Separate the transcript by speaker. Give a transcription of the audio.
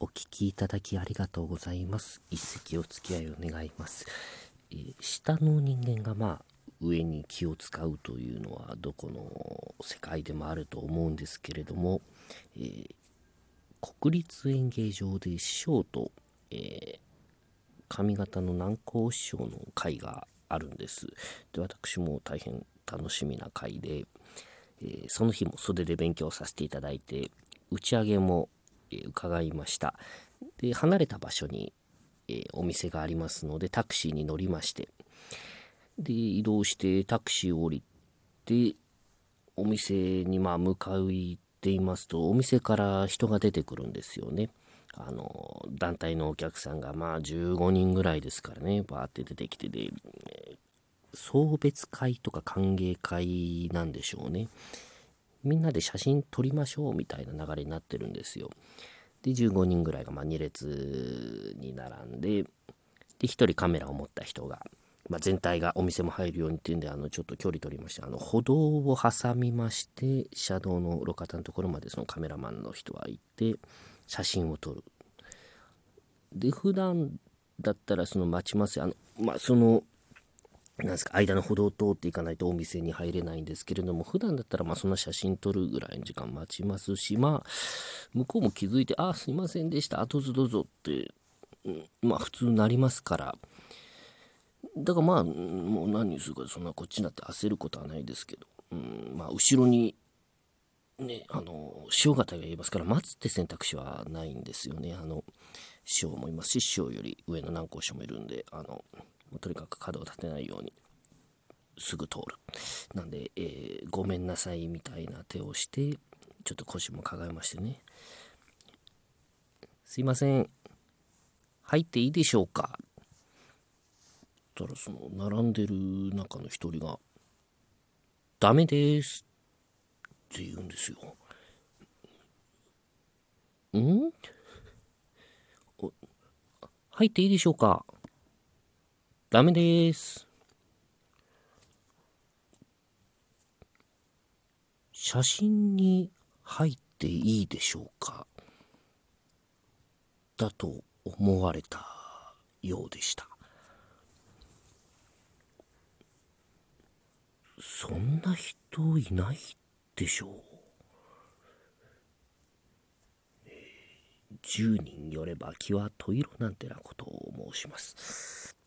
Speaker 1: お聞きいただきありがとうございます。一席お付き合いを願います。下の人間が上に気を使うというのはどこの世界でもあると思うんですけれども、国立演芸場で師匠と、上方の南光師匠の会があるんです。で、私も大変楽しみな会で、その日も袖で勉強させていただいて、打ち上げも、伺いました。で、離れた場所に、お店がありますので、タクシーに乗りまして、で、移動してタクシーを降りて、お店に向かっていますと、お店から人が出てくるんですよね。団体のお客さんが15人ぐらいですからね、バーって出てきて、で、送別会とか歓迎会なんでしょうね。みんなで写真撮りましょうみたいな流れになってるんですよ。で、15人ぐらいが2列に並んで、で、1人カメラを持った人が、全体がお店も入るようにっていうんで、ちょっと距離取りまして、歩道を挟みまして、車道の路肩のところまでそのカメラマンの人は行って、写真を撮る。で、普段だったら待ちますよ。なんですか、間の歩道を通っていかないとお店に入れないんですけれども、普段だったらそんな写真撮るぐらいの時間待ちますし、向こうも気づいて、すいませんでした、どうぞどうぞって、普通なりますから、だからもう何するか、そんなこっちになって焦ることはないですけど、後ろに、ね、師匠方がいますから、待つって選択肢はないんですよね。師匠もいますし、師匠より上の南光師匠もいるんで、とにかく角を立てないように、すぐ通る。なんで、ごめんなさいみたいな手をして、ちょっと腰もかがめましてね。すいません、入っていいでしょうか。たら並んでる中の一人が、ダメですって言うんですよ。ん入っていいでしょうか。ダメです。写真に入っていいでしょうか。だと思われたようでした。そんな人いないでしょう。10人よれば気は十色なんてなことを申します。